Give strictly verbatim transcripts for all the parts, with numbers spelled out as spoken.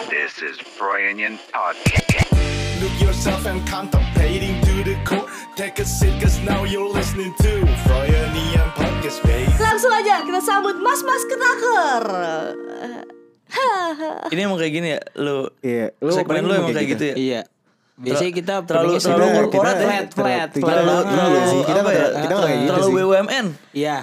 This is Brian Podcast. Look yourself and contemplating to the core. Take a seat cause now you're listening to Brian Podcast, baby. Langsung aja kita sambut Mas-mas Ketaker. Ini emang kayak gini ya, lu. Iya, lu Segmen paling lu emang kayak kayak gitu ya. Iya. Biasanya kita terlalu pengennya terlalu sih- korporat ya. flat flat Kita flat terlalu- banget. iya sih, kita apa nggak- ya? kita nggak kayak gitu terlalu sih. B U M N. Iya.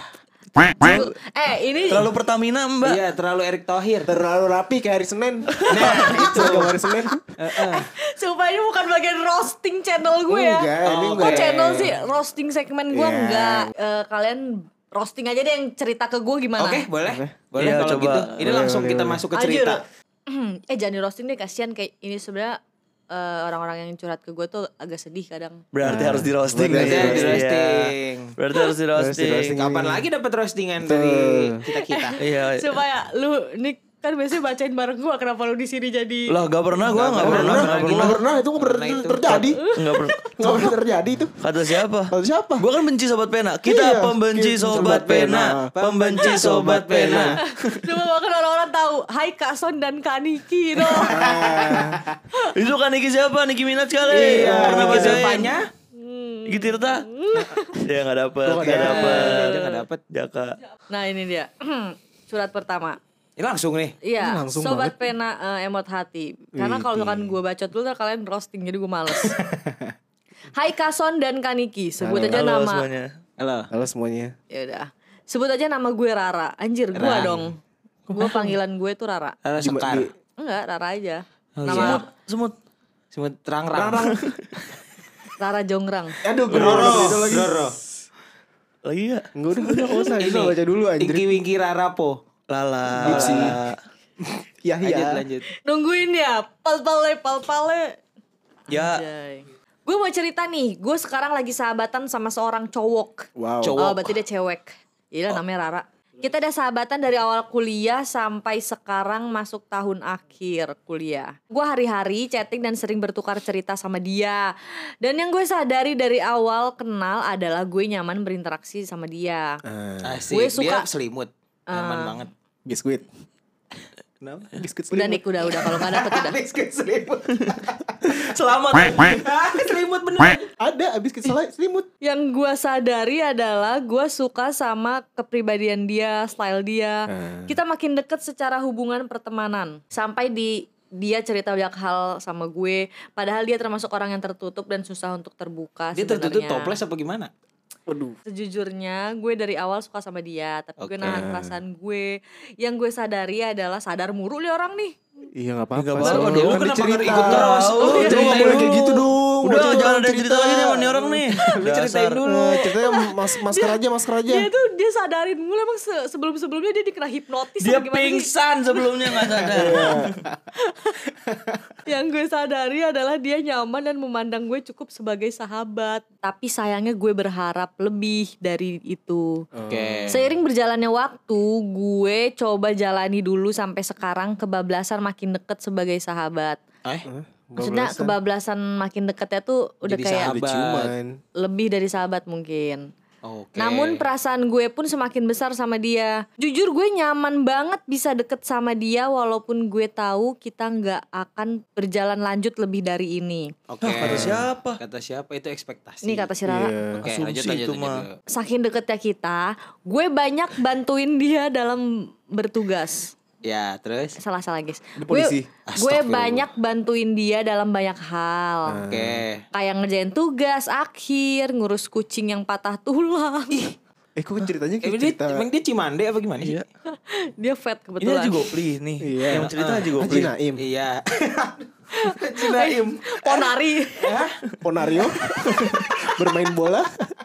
Eh ini Terlalu Pertamina, Mbak. Iya, terlalu Erick Thohir. Terlalu rapi kayak hari Senin. Nah, itu kayak hari Senin. Sumpah ini bukan bagian roasting channel gue ya. Enggak, ini Kok enggak. channel sih roasting segmen gue Iya. enggak. Eh, kalian roasting aja deh yang cerita ke gue gimana. Oke, boleh. Boleh Iya, kalau coba. gitu. Ini Boleh, langsung boleh, kita boleh. masuk ke Anjir. cerita. Eh jangan di roasting deh, kasihan kayak ini sebenarnya eh, orang-orang yang curhat ke gue tuh agak sedih kadang. Berarti harus di roasting. Berarti Berarti harus di Iya. roasting. Berarti harus di Harus di roasting. roasting. Kapan Ini. lagi dapat roastingan dari kita-kita? Iya. Supaya lu Nick kan biasanya bacain bareng gue, kenapa lu di sini jadi Lah, gak pernah gua, gak pernah, Nggak pernah, gak Nggak pernah. pernah, itu nggak pernah Pernah itu. terjadi. Enggak pernah. Nggak pernah terjadi itu. Kata siapa? Kalau siapa? Gua kan benci sobat pena. Kita Iya, pembenci kita sobat sobat pena. pena. Pembenci sobat pena. Cuma bahkan orang-orang tahu Hai Kak Son dan Kak Niki no. Itu kan Niki siapa? Niki Minaj kali. Iya, Pernah Niki bacain. Zevanya? Niki Tirta. Ya enggak dapet. Kok nggak Enggak dapet? dapet. Dia nggak dapet. Jaka. Nah ini dia surat pertama. Ini langsung nih. Iya, Ini langsung sobat pena eh, emot hati. Karena kalau misalkan gue bacot dulu ntar kalian roasting jadi gue males. Hai Kason dan Kaniki, sebut aja Halo nama. semuanya. Halo. Halo semuanya. Ya udah. Sebut aja nama gue Rara. Anjir, gue Rara. dong. Gue panggilan gue tuh Rara. Halo Di- Sekar. di- Enggak, Rara aja. Oh, Nama iya. Semut. Semut terang-rang. Rara Jonggrang. Aduh, gue Roro. itu lagi. Roro. Lagi ya? Enggak udah, udah nggak usah. Itu Ini. baca dulu anjir. Tinggi Wingki Rarapo. Lala. Gipsy. Iya, Lanjut, iya. lanjut. Nungguin ya, pal-pale, pal-pale. Ya. Gue mau cerita nih, gue sekarang lagi sahabatan sama seorang cowok. Wow. Cowok. Oh, berarti dia cewek. Iya, namanya Rara. Kita udah sahabatan dari awal kuliah sampai sekarang masuk tahun akhir kuliah. Gue hari-hari chatting dan sering bertukar cerita sama dia. Dan yang gue sadari dari awal kenal adalah gue nyaman berinteraksi sama dia. Asik. Gue Dia suka- selimut. Nyaman banget. Biskuit. Kenapa? Biskuit Udah Nick, udah, udah. Kalau gak dapet udah. Biskuit selimut. Selamat. Selimut bener. Ada biskuit selai selimut. Yang gue sadari adalah gue suka sama kepribadian dia, style dia. Kita makin deket secara hubungan pertemanan. Sampai di dia cerita banyak hal sama gue. Padahal dia termasuk orang yang tertutup dan susah untuk terbuka. Dia tertutup sebenarnya. toples apa gimana? Waduh. Sejujurnya gue dari awal suka sama dia. Tapi gue Oke. nahan perasaan gue. Yang gue sadari adalah sadar muru nih orang nih. Iya enggak apa-apa. Nggak Sal. apa-apa Kan dong. Kenapa dicerita. nggak ikut terus? Oh, Lu iya, nggak iya, boleh iya. kayak gitu dong. Udah Wajib jangan orang ada cerita lagi nih sama nih orang nih. Lu ceritain Dasar. dulu. Eh, ceritanya mas masker aja, masker aja. Dia tuh dia sadarin gue emang se- sebelum-sebelumnya dia dikena hipnotis Dia apa gimana sih? pingsan sebelumnya nggak sadar. Yang gue sadari adalah dia nyaman dan memandang gue cukup sebagai sahabat. Tapi sayangnya gue berharap lebih dari itu. Oke. Seiring berjalannya waktu, gue coba jalani dulu sampai sekarang kebablasan makin deket sebagai sahabat. Eh? Maksudnya kebablasan makin deketnya tuh udah Jadi kayak sahabat. Ciuman. lebih dari sahabat mungkin. Oke. Namun perasaan gue pun semakin besar sama dia. Jujur gue nyaman banget bisa deket sama dia walaupun gue tahu kita nggak akan berjalan lanjut lebih dari ini. Oke. Kata siapa? Kata siapa itu ekspektasi. Ini kata si Rara. Iya. Oke, Asumsi lanjut lanjut itu lanjut. mah. dulu. Saking deketnya kita, gue banyak bantuin dia dalam bertugas. Ya, terus. Salah-salah guys. Di polisi. Gue, gue banyak bantuin dia dalam banyak hal. Oke. Kayak ngerjain tugas akhir, ngurus kucing yang patah tulang. Eh kok ceritanya Eh, kayak dia, cerita. emang dia Cimande apa gimana sih? Iya. Dia fat Ini kebetulan. Haji Gopli nih. Iya. Yang cerita Haji Haji Gopli. Naim. Iya. Cinaim. Ponari. Ponario. Bermain bola.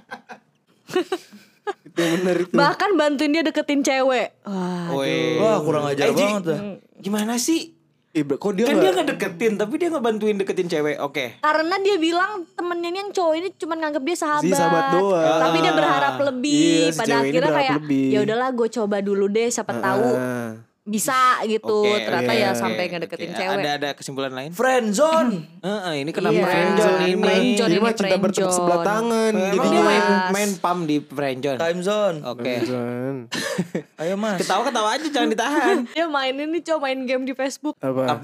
Itu yang bener itu. Bahkan bantuin dia deketin cewek. Wah. Woi. Wah, kurang ajar Eh, Ji, banget dah. Gimana sih? Eh, kok dia Kan dia nggak- nggak deketin, tapi dia nggak bantuin deketin cewek. Oke. Karena dia bilang temennya ini yang cowok ini cuma nganggap dia sahabat. Si sahabat doang. Tapi dia berharap lebih. Iya, si Pada cewek ini akhirnya berharap kayak lebih. ya udahlah gue coba dulu deh siapa tahu Ah. bisa gitu. Oke, Ternyata oke, ya oke, sampai ngedeketin Oke, cewek. Ada ada kesimpulan lain? Friendzone. Heeh, ini kena Iya, friendzone ini. friendzone. Jadi ini mah cinta bertepuk friendzone. sebelah tangan. Emang Jadi dia main Jelas. main pam di friendzone. Time zone. Oke. Ayo Mas. Ketawa-ketawa aja jangan ditahan. Dia mainin nih coba main game di Facebook. apa? Apa?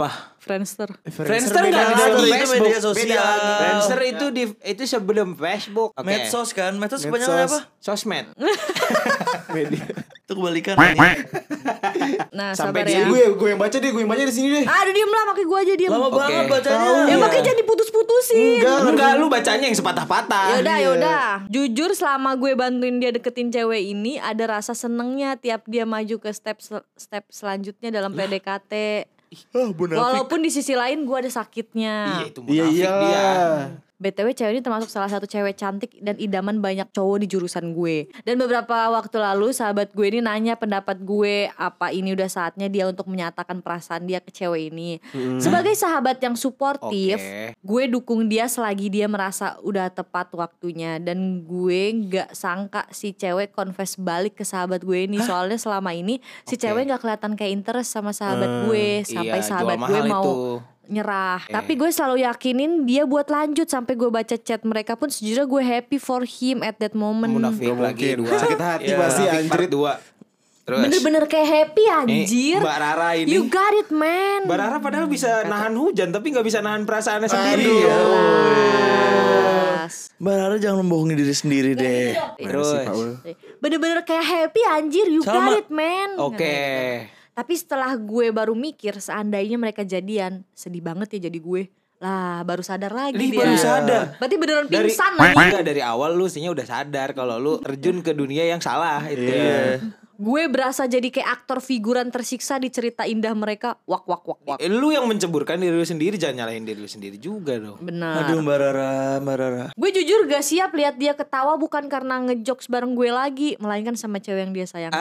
Friendster. Friendster beda nggak lagi. bisa di Itu Facebook. media sosial. Friendster itu di itu sebelum Facebook. Oke. Medsos kan? Medsos Medsos. kepanjangan apa? Sosmed. Media. Itu kebalikan. Nah, Sampai sabar di- ya. Gue gue yang baca deh, gue yang baca di sini deh. Aduh diem lah, makanya gue aja diem. Lama Oke. banget bacanya. Ya Iya. makanya jangan diputus-putusin. Enggak, Enggak, lu bacanya yang sepatah-patah. Yaudah, yaudah. Jujur selama gue bantuin dia deketin cewek ini, ada rasa senengnya tiap dia maju ke step sel- step selanjutnya dalam P D K T. Ah, munafik. Walaupun di sisi lain gue ada sakitnya. Iya, itu Iya munafik iya. dia. B T W cewek ini termasuk salah satu cewek cantik dan idaman banyak cowok di jurusan gue. Dan beberapa waktu lalu sahabat gue ini nanya pendapat gue, apa ini udah saatnya dia untuk menyatakan perasaan dia ke cewek ini. Sebagai sahabat yang suportif, Oke. gue dukung dia selagi dia merasa udah tepat waktunya. Dan gue gak sangka si cewek confess balik ke sahabat gue ini. Soalnya selama ini si Oke. cewek gak kelihatan kayak interest sama sahabat gue. Sampai Iya, sahabat jual gue mahal mau itu. nyerah. Oke. Tapi gue selalu yakinin dia buat lanjut. Sampai gue baca chat mereka pun sejujurnya gue happy for him at that moment. Munafik lagi Mungkin dua. sakit hati Iya. pasti Munafik part anjrit. dua. Terus. Bener-bener kayak happy anjir. Mbak Rara ini. You got it man. Mbak Rara padahal bisa nahan hujan tapi nggak bisa nahan perasaannya sendiri. Aduh. Ya. Jelas. Mbak Rara jangan membohongi diri sendiri deh. Terus. Bener-bener kayak happy anjir. You Sama. got it man. Oke. Tapi setelah gue baru mikir, seandainya mereka jadian, sedih banget ya jadi gue. Lah baru sadar lagi Li dia. baru sadar. Berarti beneran Dari pingsan lagi. enggak, dari awal lu sihnya udah sadar kalau lu terjun ke dunia yang salah itu. Iya. Gue berasa jadi kayak aktor figuran tersiksa di cerita indah mereka. Wak wak wak wak. Eh, Lu yang menceburkan diri lu sendiri, jangan nyalahin diri lu sendiri juga dong. Benar. Aduh Mbak Rara, Mbak Rara. Gue jujur gak siap lihat dia ketawa bukan karena ngejokes bareng gue lagi, melainkan sama cewek yang dia sayang.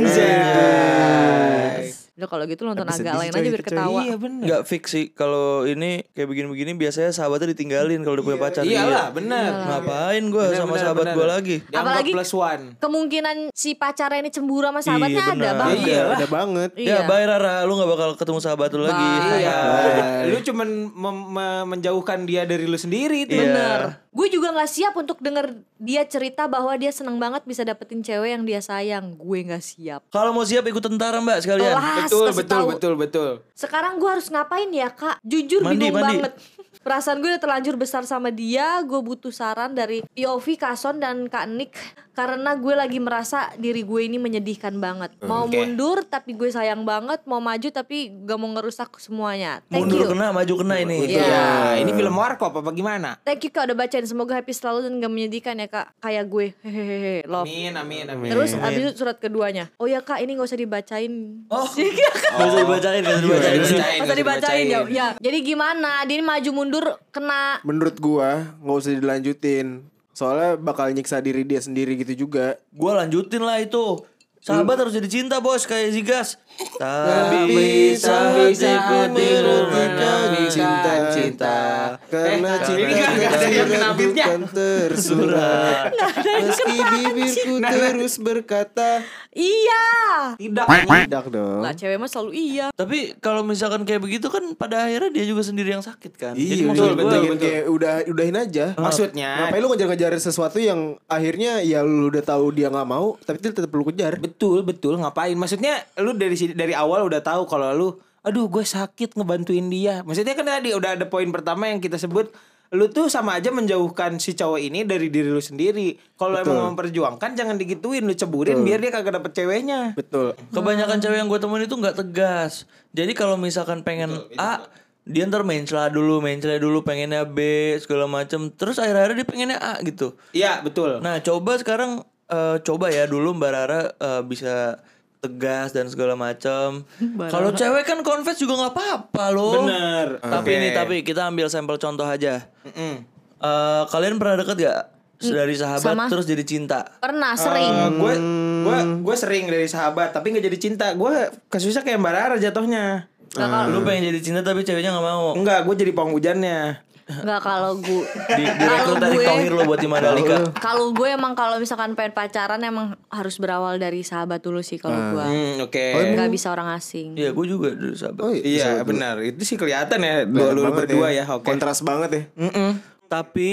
Anjay. Udah kalau gitu nonton Tapi agak sedih lain coy, aja biar itu coy. ketawa. Iya bener. Enggak fix sih kalau ini kayak begini-begini biasanya sahabatnya ditinggalin kalau udah punya pacar. Iyalah, Iya. bener. Ngapain gue Bener, sama bener, sahabat bener. gue lagi? Dianggap Apalagi plus one. kemungkinan si pacarnya ini cemburu sama sahabatnya Iya, ada benar. bang. Iya. Ada banget. Ya bye Rara, lu gak bakal ketemu sahabat lu lagi. Bye. Iya. Bye. Lu cuman mem- me- menjauhkan dia dari lu sendiri itu. Iya. Bener. Gue juga gak siap untuk denger dia cerita bahwa dia seneng banget bisa dapetin cewek yang dia sayang. Gue gak siap. Kalau mau siap ikut tentara Mbak sekalian. Kelas, Betul, kasih betul, tahu. betul, betul. Sekarang gue harus ngapain ya kak? Jujur Mandi, bingung mandi. banget. Perasaan gue udah terlanjur besar sama dia. Gue butuh saran dari P O V Kason dan Kak Nick. Karena gue lagi merasa diri gue ini menyedihkan banget. Mau Oke. mundur tapi gue sayang banget. Mau maju tapi gak mau ngerusak semuanya. Thank Mundur you. kena, maju kena ini. Iya. Ya, ini film warkop apa gimana? Thank you kak udah bacain. Semoga happy selalu dan gak menyedihkan ya kak. Kayak gue. Hehehe. Love. Amin, amin, amin. Terus abis itu surat keduanya. Oh ya kak ini gak usah dibacain. Oh. Gak usah dibacain, gak usah dibacain. Dibacain, Gak usah nggak dibacain ya. Ya. Jadi gimana? Dia ini maju mundur kena. Menurut gua nggak usah dilanjutin. Soalnya bakal nyiksa diri dia sendiri gitu juga. Gue lanjutin lah itu. Sahabat harus jadi cinta bos kayak Zigas. Tapi bisa hatiku menerima cinta cinta. Karena Eh, cinta ini nggak- nggak ada yang kena beatnya. bukan tersurat. Meski bibirku terus berkata Iya. Tidak. tidak dong. Lah cewek mah selalu iya. Tapi kalau misalkan kayak begitu kan pada akhirnya dia juga sendiri yang sakit kan. Jadi Iya, maksud betul, gua- betul, kayak udah udahin aja. Maksudnya Ngapain lu ngejar-ngejar sesuatu yang akhirnya ya lu udah tahu dia nggak mau, tapi dia tetap lu kejar. betul, betul ngapain? Maksudnya lu dari sini dari awal udah tahu kalau lu aduh gue sakit ngebantuin dia. Maksudnya kan tadi udah ada poin pertama yang kita sebut lu tuh sama aja menjauhkan si cowok ini dari diri lu sendiri. Kalau Betul. emang memperjuangkan jangan digituin, lu ceburin biar dia kagak dapet ceweknya. Betul. Kebanyakan cewek yang gue temuin itu nggak tegas. Jadi kalau misalkan pengen A, dia ntar main celah dulu, main celah dulu, pengennya B segala macem. Terus akhir-akhirnya dia pengennya A gitu. Iya, betul. Nah coba sekarang eh, coba ya dulu Mbak Rara eh, bisa tegas dan segala macam. Kalau cewek kan confess juga nggak apa-apa loh. Bener. Tapi Oke. nih tapi kita ambil sampel contoh aja. Mm-mm. Eh, kalian pernah deket gak dari sahabat Sama. terus jadi cinta? Pernah sering. Gue gue gue sering dari sahabat tapi nggak jadi cinta. Gue kasusnya kayak Mbak Rara jatuhnya. Nggak kalau Lu pengen jadi cinta tapi ceweknya nggak mau. Enggak, gue jadi pawang hujannya. nggak kalau gue Di, direkrut dari gue- Thohir lo buat di Mandalika. kalau gue emang kalau misalkan pengen pacaran emang harus berawal dari sahabat dulu sih kalau gue. Hmm, oke. Nggak bisa orang asing. Iya, gue juga dari sahabat. Oh Iya, benar. Itu sih kelihatan ya lu, lu banget berdua ya. Oke. Kontras banget ya. Mm-mm. Tapi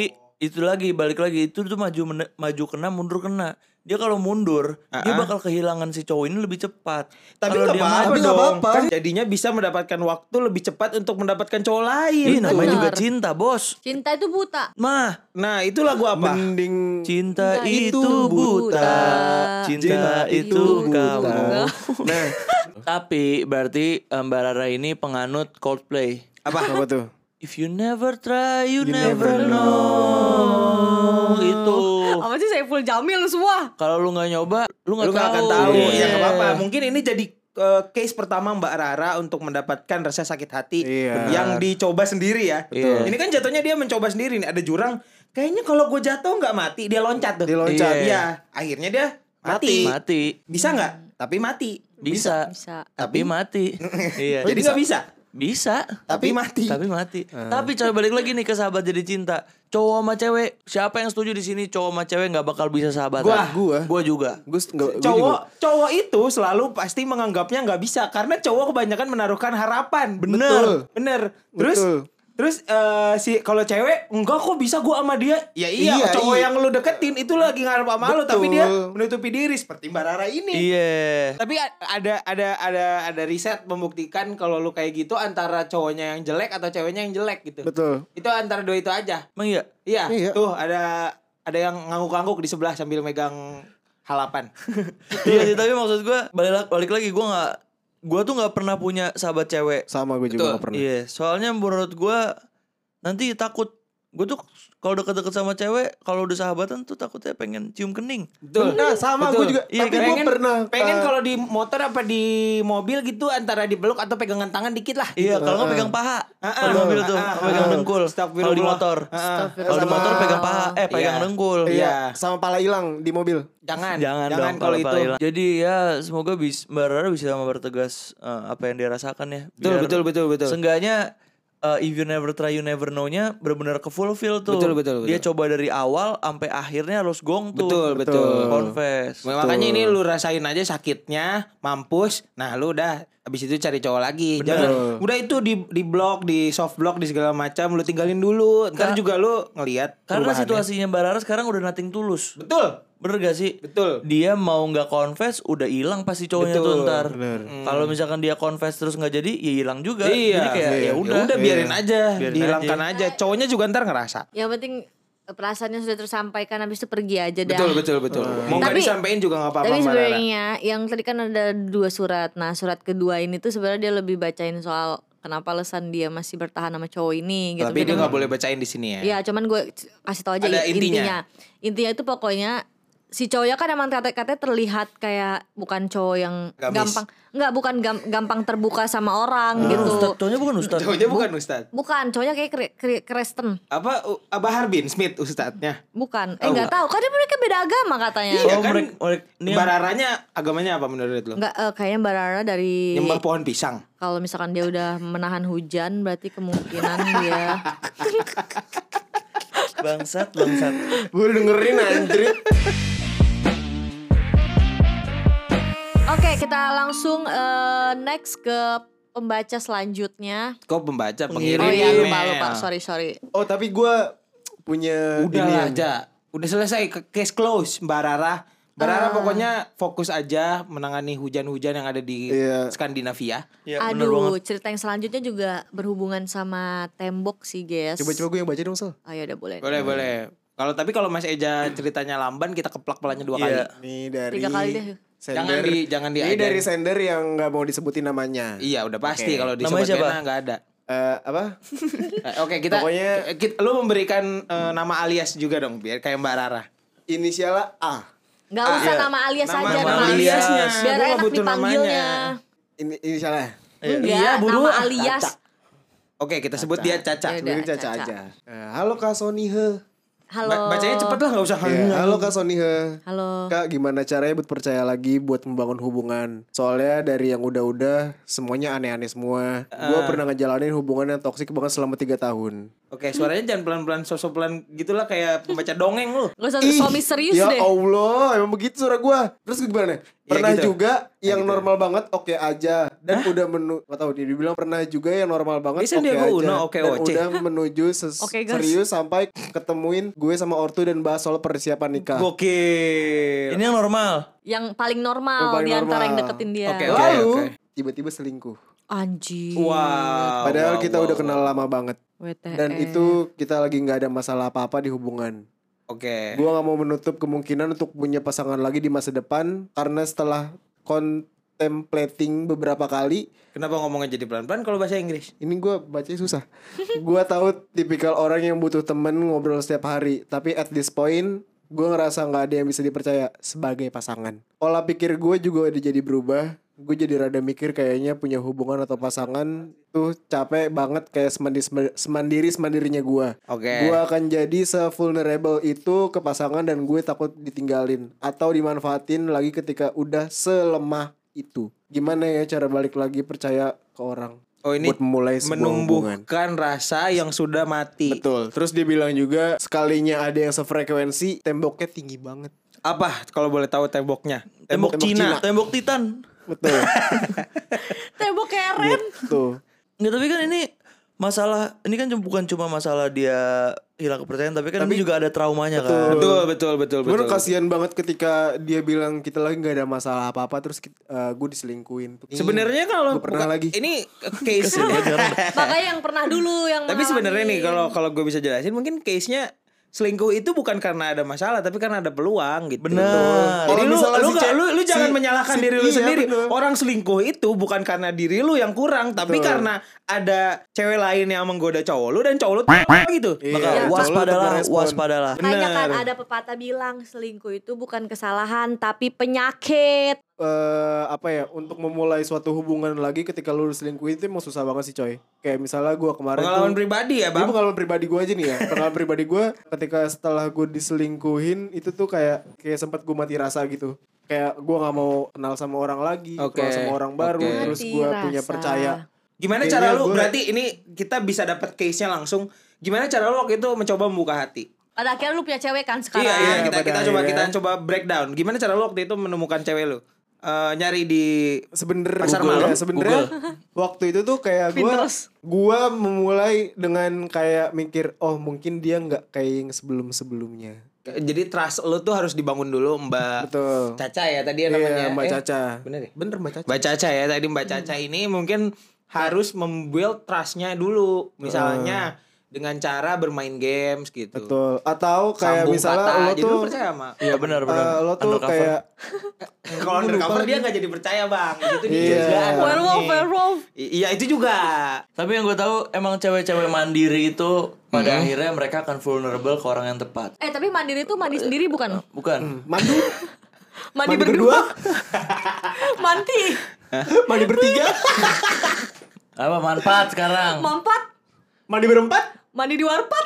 itu lagi balik lagi itu tuh maju mene- maju kena mundur kena. Dia kalau mundur Uh-uh. dia bakal kehilangan si cowok ini lebih cepat. Tapi Kalau nggak dia apa-apa Tapi nggak dong. apa-apa. Kan jadinya bisa mendapatkan waktu lebih cepat untuk mendapatkan cowok lain. Ih, namanya Benar. juga cinta, Bos. Cinta itu buta. Mah, Nah itu lagu apa? Mending cinta Cinta itu itu buta. buta. Cinta Cinta itu itu kamu. buta. Nah, Tapi berarti um, Mbak Rara ini penganut Coldplay. Apa? apa tuh? If you never try, you, You never never know. Itu. Apa sih saya full Jamil semua? Kalau lu nggak nyoba, lu nggak Lu gak tahu. akan tahu. Iya. Ya nggak apa-apa. Mungkin ini jadi uh, case pertama Mbak Rara untuk mendapatkan rasa sakit hati Iya. yang dicoba sendiri ya. Betul. Ini kan jatuhnya dia mencoba sendiri nih. Ada jurang. Kayaknya kalau gue jatuh nggak mati, dia loncat tuh. Dia loncat. Iya. Akhirnya dia mati. Mati. Bisa nggak? Tapi mati. Bisa. Bisa. Tapi mati. Iya. Jadi nggak bisa. Bisa. Tapi mati. Tapi mati. Tapi coba balik lagi nih ke sahabat jadi cinta. Cowok sama cewek, siapa yang setuju di sini cowok sama cewek nggak bakal bisa sahabatan? Gua. Gua. Gua juga. Gue nggak. Cowok cowok itu selalu pasti menganggapnya nggak bisa karena cowok kebanyakan menaruhkan harapan. Bener. Bener. Terus Betul. terus eh, si kalau cewek enggak kok bisa gua sama dia. Ya iya, Iya, cowok iya. yang lu deketin itu lagi ngarep sama lu tapi Betul. dia menutupi diri seperti Mbak Rara ini. Iya. Tapi a- ada ada ada ada riset membuktikan kalau lu kayak gitu antara cowoknya yang jelek atau ceweknya yang jelek gitu. Betul. Itu antara dua itu aja. Emang iya? Iya, Iya. tuh ada ada yang ngangguk-ngangguk di sebelah sambil megang halapan. Iya sih, tapi maksud gua balik balik lagi gua nggak gua tuh nggak pernah punya sahabat cewek. Sama gue Betul. juga gak pernah. Iya, soalnya menurut gua nanti takut. Gue tuh kalau deket-deket sama cewek, kalau udah sahabatan tuh takutnya pengen cium kening. Betul. Nah, sama Betul. gue juga. Iya, Tapi kan? gue pengen pernah. pengen uh, kalau di motor apa di mobil gitu antara dipeluk atau pegangan tangan dikit lah. Iya, gitu. kalau nggak pegang paha. Ah, Kalau di ah, mobil ah, tuh, ah, pegang ah. dengkul. Astagfirullah. Kalau di motor. Ah, ah. Kalau di motor pegang paha, eh pegang Iya. dengkul. Iya. Iya. Sama pala hilang di mobil. Jangan, Jangan, dong kalau pala-pala itu. hilang. Jadi ya semoga bis, Mbak Rara bisa mempertegas eh, apa yang dia rasakan ya. Betul, betul, betul, betul. Seenggaknya eh, if you never try you never know-nya benar-benar ke fulfill tuh. Betul, betul, betul. Dia coba dari awal sampai akhirnya harus gong tuh. Betul, betul. Confess. Makanya ini lu rasain aja sakitnya, mampus. Nah, lu udah habis itu cari cowok lagi. Bener. Jangan udah itu di di blok, di soft block, di segala macam lu tinggalin dulu. Ntar Ka- juga lu ngelihat Karena perubahannya. situasinya Mbak Rara sekarang udah nothing tulus. Betul. Bener gak sih? Betul. Dia mau nggak confess udah hilang pasti cowoknya Betul. tuh ntar. Bener. Kalau misalkan dia confess terus nggak jadi, ya hilang juga. Iya. Jadi kayak Iya. ya udah. udah biarin Iya. aja, Biarin dihilangkan aja. Cowoknya juga ntar ngerasa. Yang penting eh, perasaannya sudah tersampaikan habis itu pergi aja dah. Betul, betul, betul. Mau nggak Tapi- disampaikan juga nggak apa-apa Tapi Mbak Rara. sebenarnya yang tadi kan ada dua surat. Nah, surat kedua ini tuh sebenarnya dia lebih bacain soal kenapa alasan dia masih bertahan sama cowok ini gitu. Tapi dia Jadi- nggak boleh bacain di sini ya. Iya, cuman gue kasih tau aja Ada intinya. intinya. Intinya itu pokoknya si cowoknya kan emang kata-katanya terlihat kayak bukan cowok yang Gamis. gampang, enggak bukan gam- gampang terbuka sama orang Ustad, gitu. cowoknya bukan Ustad. Cowoknya bukan Ustadz. Bukan, cowoknya kayak kre- kre- Kristen. Apa uh, Bahar bin Smith Ustadznya? Bukan. Eh Oh, enggak tahu, kan mereka beda agama katanya. Iya Oh, kan. mereka- mereka- ini yang- Mbak Raranya agamanya apa menurut lu? Enggak, eh, kayaknya Mbak Rara dari Nyembah pohon pisang. kalau misalkan dia udah menahan hujan berarti kemungkinan dia Bangsat, bangsat. Gue dengerin anjir. Oke, kita langsung eh, next ke pembaca selanjutnya. Kok pembaca pengirim? Oh iya, email. lupa lupa, sorry sorry. Oh tapi gue punya Udah ini lah yang- aja. Udah selesai ke- case close Mbak Rara. Mbak Rara Ah. pokoknya fokus aja menangani hujan-hujan yang ada di Iya. Skandinavia. Ya, bener banget. Aduh, cerita yang selanjutnya juga berhubungan sama tembok sih, guys. Coba-coba gue yang baca dong Sal. Oh ya udah boleh. Boleh, boleh. Kalau tapi kalau Mas Eja ceritanya lamban kita keplak pelanya dua kali. Iya. Ini dari Tiga kali deh. Sender. Jangan di- jangan Ini diadain. dari sender yang nggak mau disebutin namanya. Iya, udah pasti Oke. kalau di Namanya Sobat siapa? Pena nggak ada. Eh, apa? Eh, Oke, kita, Pokoknya- kita lu memberikan eh, nama alias juga dong biar kayak Mbak Rara. Inisialnya A. Nggak Ah, usah iya. nama alias Nama- aja, nama nama aliasnya. alias. Biar Gua nggak enak butuh dipanggilnya. Ini inisialnya. Enggak, Iya, buru. nama Ah, alias. Caca. Oke, kita sebut dia Caca. Ya udah, Sebenarnya Caca Caca. aja. Eh, halo Kak Sonihe. Halo. Ba- bacanya cepet lah, nggak usah. Ya, halo Kak Sonihe. Halo. Kak, gimana caranya buat percaya lagi buat membangun hubungan? Soalnya dari yang udah-udah semuanya aneh-aneh semua. Gue pernah ngejalanin hubungan yang toksik banget selama tiga tahun. Oke, suaranya jangan pelan-pelan, sosok pelan gitulah kayak pembaca dongeng lu. Gak usah Ih, suami serius ya deh. Allah, emang begitu suara gue. Terus gimana? Pernah gitu. juga yang gitu. normal banget oke aja dan udah menu gak tahu dia dibilang pernah juga yang normal banget Bisa oke dia aja Uno, oke, dan oce. udah menuju ses- Oke, gas. serius sampai ketemuin gue sama ortu dan bahas soal persiapan nikah. Gokil. Ini yang normal. Yang paling normal Yang paling di antara normal. yang deketin dia. Oke, oke. Lalu tiba-tiba selingkuh. Anjir. Wow. Padahal wow, kita wow, udah kenal wow. lama banget. W T F. Dan itu kita lagi nggak ada masalah apa-apa di hubungan. Oke. Gua nggak mau menutup kemungkinan untuk punya pasangan lagi di masa depan karena setelah contemplating beberapa kali, Kenapa ngomongnya jadi pelan-pelan kalau bahasa Inggris? ini gua bacanya susah. Gua tahu tipikal orang yang butuh temen ngobrol setiap hari, tapi at this point gua ngerasa nggak ada yang bisa dipercaya sebagai pasangan. Pola pikir gue juga udah jadi berubah. Gue jadi rada mikir kayaknya punya hubungan atau pasangan tuh capek banget kayak semandi, semandiri semandirinya gue. Oke. Gue akan jadi se-vulnerable itu ke pasangan dan gue takut ditinggalin atau dimanfaatin lagi ketika udah selemah itu. Gimana ya cara balik lagi percaya ke orang? Oh, ini buat memulai sebuah hubungan. menumbuhkan rasa yang sudah mati. Betul. Terus dia bilang juga sekalinya ada yang sefrekuensi temboknya tinggi banget. Apa kalau boleh tahu temboknya? Tembok Tembok, Cina. Cina. Tembok Titan. Betul. Tembok keren. Tuh. Nggak, tapi kan ini masalah, ini kan bukan cuma masalah dia hilang kepercayaan, tapi kan Tapi- ini juga ada traumanya Betul. kan. Betul, betul, betul, Gue betul. kasihan banget ketika dia bilang kita lagi nggak ada masalah apa-apa terus gue diselingkuhin. Sebenarnya kalau Gua pernah buka- lagi. ini case Makanya yang pernah dulu yang Tapi sebenarnya nih ngalamin. kalau kalau gue bisa jelasin mungkin case-nya selingkuh itu bukan karena ada masalah tapi karena ada peluang gitu. Benar. Jadi Kalau lu misalnya lu, si gak- cewek- lu lu jangan si- menyalahkan si- diri lu iya, sendiri. bener. Orang selingkuh itu bukan karena diri lu yang kurang, tapi Betul. karena ada cewek lain yang menggoda cowok lu dan cowok lu gitu. Iya, Maka cowok lu waspadalah, tetap merespon. waspadalah. Makanya kan Benar. ada pepatah bilang selingkuh itu bukan kesalahan tapi penyakit. Eh, apa ya untuk memulai suatu hubungan lagi ketika lu diselingkuhin itu emang susah banget sih coy. Kayak misalnya gue kemarin Pengalaman tuh, pribadi ya, Ini Bang. pengalaman pribadi gue aja nih ya. Pengalaman pribadi gue ketika setelah gue diselingkuhin itu tuh kayak kayak sempat gue mati rasa gitu. Kayak gue nggak mau kenal sama orang lagi, Oke, kenal sama orang baru, oke. terus Mati gue rasa. punya percaya. Gimana Kayaknya cara lu gua- berarti ini kita bisa dapat case-nya langsung. Gimana cara lu waktu itu mencoba membuka hati? Pada akhirnya lu punya cewek kan sekarang. Iya, iya, kita pada kita coba kita akhirnya. coba breakdown. Gimana cara lu waktu itu menemukan cewek lu? Eh, nyari di Sebenernya Pasar Google malam? ya, sebenernya waktu itu tuh kayak gue Pinterest. gua memulai dengan kayak mikir oh mungkin dia nggak kayak yang sebelum sebelumnya. jadi trust lu tuh harus dibangun dulu, Mbak Betul. Caca ya tadi ya Iya, namanya. Mbak Eh, Caca. Bener ya? Bener Mbak Caca. Mbak Caca ya tadi Mbak Caca ini mungkin harus membuild trustnya dulu. Misalnya dengan cara bermain games gitu. Betul. Atau kayak Sambung misalnya kata. lo Jadi tuh lu percaya sama. Iya benar benar. eh, lo tuh Undercover. kayak Kalau undercover dia nggak jadi percaya, Bang. Itu dia Iya. juga. Werewolf, werewolf. I- Iya itu juga. Tapi yang gue tahu emang cewek-cewek mandiri itu pada akhirnya mereka akan vulnerable ke orang yang tepat. Eh tapi mandiri itu mandi sendiri bukan? Bukan. mandi Mandi, mandi berdua. berdua, Mandi. mandi bertiga, Apa manfaat sekarang? Mampat. mandi berempat. Mandi di warpat.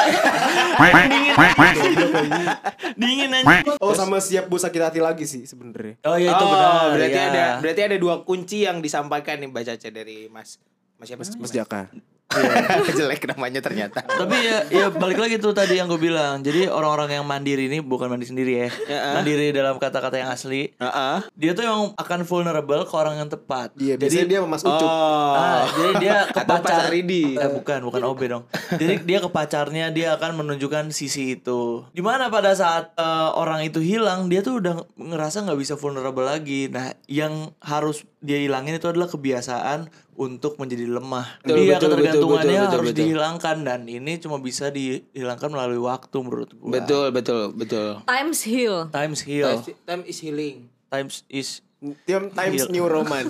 Dingin aja. Oh sama siap buat sakit hati lagi sih sebenarnya. Oh iya itu Oh, benar. berarti ya. ada berarti ada dua kunci yang disampaikan nih Mbak Caca dari Mas Mas siapa sih? Mas Jaka. Jelek namanya ternyata. Tapi ya, ya balik lagi tuh tadi yang gue bilang. Jadi orang-orang yang mandiri ini bukan mandi sendiri ya. Mandiri dalam kata-kata yang asli. Heeh. Dia tuh yang akan vulnerable ke orang yang tepat. Iya, biasanya dia sama Mas Ucup. Oh. Ah, jadi dia ke Atau pacar pacar Ridi. Eh, bukan, bukan O B dong. Jadi dia ke pacarnya dia akan menunjukkan sisi itu. Dimana pada saat eh, orang itu hilang, dia tuh udah ngerasa nggak bisa vulnerable lagi. Nah, yang harus dia hilangin itu adalah kebiasaan untuk menjadi lemah. Betul, Dia betul, ketergantungannya betul, betul, harus betul. dihilangkan dan ini cuma bisa dihilangkan melalui waktu menurut gua. Betul, betul, betul. Times heal. Times heal. Time is healing. Times is Tiam Times Heal. New Roman.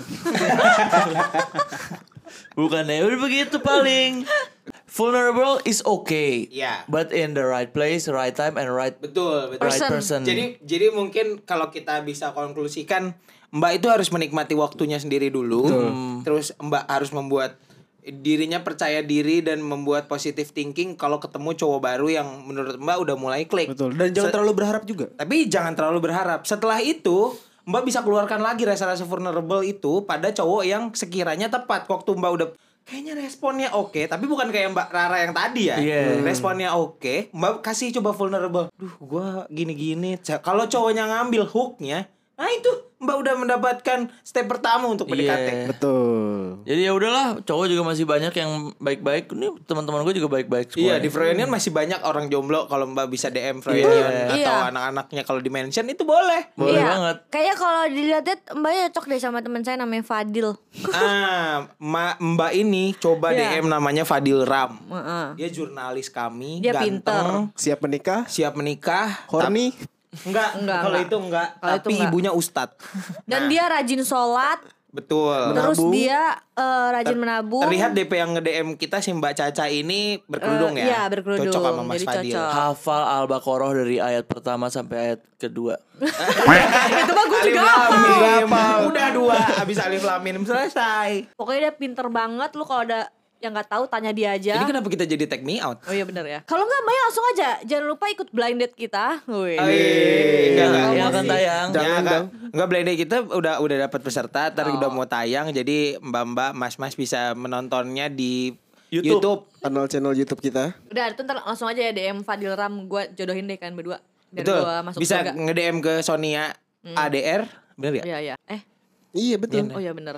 bukan ya udah begitu paling. Vulnerable is okay. Iya. But in the right place, right time and right Betul, betul. right Person. person. Jadi jadi mungkin kalau kita bisa konklusikan Mbak itu harus menikmati waktunya sendiri dulu. Terus Mbak harus membuat dirinya percaya diri dan membuat positive thinking kalau ketemu cowok baru yang menurut Mbak udah mulai klik. Betul. Dan jangan Se- terlalu berharap juga. Tapi jangan terlalu berharap. Setelah itu Mbak bisa keluarkan lagi rasa-rasa vulnerable itu pada cowok yang sekiranya tepat. Waktu Mbak udah kayaknya responnya oke, tapi bukan kayak Mbak Rara yang tadi ya. Iya. Responnya oke, Mbak kasih coba vulnerable. Duh, gua gini-gini. Ca- Kalau cowoknya ngambil hooknya, Nah itu Mbak udah mendapatkan step pertama untuk P D K T. Iya. Betul. Jadi ya udahlah, cowok juga masih banyak yang baik-baik. Ini teman-teman gue juga baik-baik semua. Iya di Froyonion masih banyak orang jomblo. Kalau Mbak bisa D M Froyonion Iya. atau Iya. anak-anaknya kalau di mention itu boleh. Boleh Iya. banget. Kayaknya kalau dilihat mbaknya cocok deh sama teman saya namanya Fadil. Ah, Ma- Mbak ini coba Iya. D M namanya Fadil Ram. Heeh. Dia jurnalis kami, Dia ganteng, Siap menikah? siap menikah, Horny? tap- enggak, Enggak, kalau enggak. itu enggak, Kalau itu tapi enggak. ibunya ustadz. Dan dia rajin sholat, Betul. terus Menabung. dia eh, rajin menabung. Terlihat D P yang nge-D M kita si Mbak Caca ini berkerudung Eh, ya. iya, berkerudung. Cocok sama Mas Jadi Fadil. cocok. Hafal Al-Baqarah dari ayat pertama sampai ayat kedua. Itu mah gue Alif juga Lam hafal. Mim. Udah dua, abis Alif Lam Mim selesai. Pokoknya dia pinter banget. Lu kalau ada yang nggak tahu tanya dia aja. Ini kenapa kita jadi take me out? Oh iya benar ya. Kalau nggak mbaknya langsung aja. Jangan lupa ikut blind date kita. Wih. Oh, iya, enggak, enggak. Yang akan tayang. Jangan Ya, dong. Enggak blind date kita udah udah dapat peserta, ntar Oh. udah mau tayang. Jadi mbak-mbak, mas-mas bisa menontonnya di YouTube. YouTube. Kanal channel YouTube kita. Udah itu ntar langsung aja ya D M Fadil Ram. Gue jodohin deh kalian berdua. Biar Betul. gue masuk Bisa surga. nge-D M ke Sonia A D R, bener ya? Iya iya. Eh. Iya betul. Oh iya bener.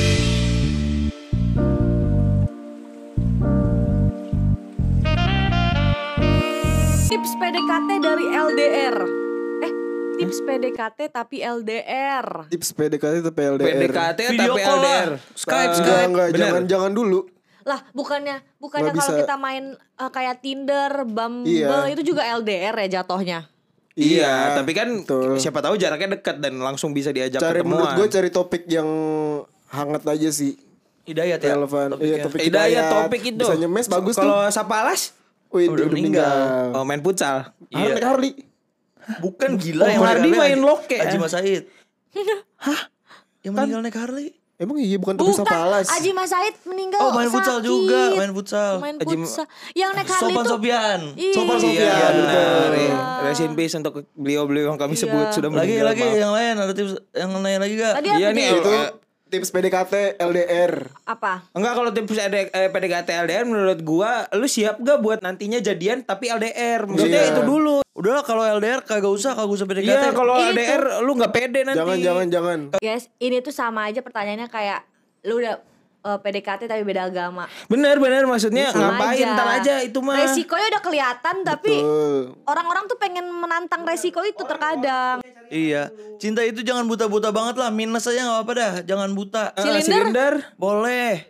Tips P D K T dari L D R. Eh, tips P D K T tapi L D R. Tips P D K T tapi L D R. P D K T Video tapi call L D R. lah. Skype, Eh, Enggak, enggak, bener. jangan jangan dulu. Lah, bukannya bukannya Nggak kalau bisa. kita main eh, kayak Tinder, Bumble Iya. itu juga L D R ya jatuhnya. Iya, tapi kan betul. siapa tahu jaraknya dekat dan langsung bisa diajak Cari ketemuan. menurut gue cari topik yang hangat aja sih. Hidayat ya. Relevan. topiknya. Iya, topik Hidayat hidayat. topik itu. Bisa nyemes bagus tuh. Kalau Sapalas, Wih, Udah udah, udah meninggal. meninggal. oh, main futsal. Iya. Harley, Harley. Bukan gila Oh, yang Hardy meninggal main Haji- loke, Haji eh. Mas Said. Hah? Yang meninggal naik Harley? Emang iya bukan topik Bukan, Sapalas. Haji Mas Said meninggal Oh, main futsal sakit. juga, main futsal. Main Haji- futsal. Yang naik Harley Sopan tuh. Sopian. Iya. Sopan Sopian. Iya, betul. benar. Rest in peace untuk beliau-beliau yang kami Iya. sebut sudah Lagi meninggal. lagi maaf. yang lain ada tips yang lain lagi gak? Tadi Iya apa nih, Di? Itu eh, tips P D K T L D R. Apa? Enggak, kalau tips eh, P D K T L D R menurut gua, lu siap gak buat nantinya jadian tapi L D R? Maksudnya Iya. itu dulu. Udahlah kalau L D R kagak usah, kagak usah P D K T. Iya, kalau Ini L D R lu nggak pede nanti. Jangan jangan jangan. Guys, ini tuh sama aja pertanyaannya kayak lu udah eh, P D K T tapi beda agama. Bener bener maksudnya Sama ngapain aja. ntar aja itu mah. Resikonya udah kelihatan tapi Betul. orang-orang tuh pengen menantang resiko itu terkadang. Iya, cinta itu jangan buta-buta banget lah, minus aja nggak apa-apa dah, jangan buta. Eh, Silinder? silinder. Boleh.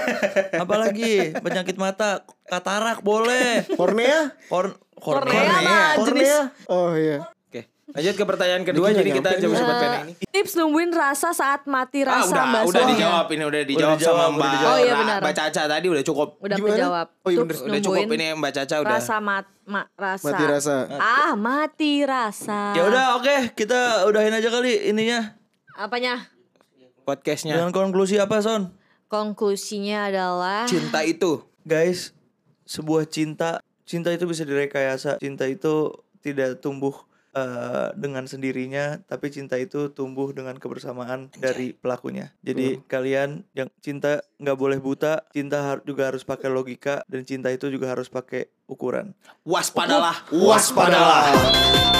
Apalagi penyakit mata, katarak boleh. Kornea? Kor Kornea kornea. mah jenis Kornea? Oh iya. Oke, lanjut ke pertanyaan kedua. Dikit Jadi nggak kita nyampe coba nih. sobat Eh, pena ini. tips nungguin rasa saat mati Ah, rasa udah, Mbak udah Sonia. dijawab ini udah dijawab dijawab, sama udah Mbak dijawab. Oh, iya Ra- benar. Mbak Caca tadi udah cukup. Udah Gimana? menjawab. Oh, iya Tips bener. Udah cukup nungguin ini Mbak Caca udah. rasa mat, ma- rasa. Mati rasa. Ah, mati rasa. Ya udah, oke, kita udahin aja kali ininya. Apanya? Podcastnya. Dengan konklusi apa, Son? Konklusinya adalah Cinta itu. Guys, sebuah cinta, cinta itu bisa direkayasa. Cinta itu tidak tumbuh eh, dengan sendirinya, tapi cinta itu tumbuh dengan kebersamaan dari pelakunya. Jadi kalian yang cinta nggak boleh buta, cinta har- juga harus pakai logika, dan cinta itu juga harus pakai ukuran. Waspadalah. Waspadalah.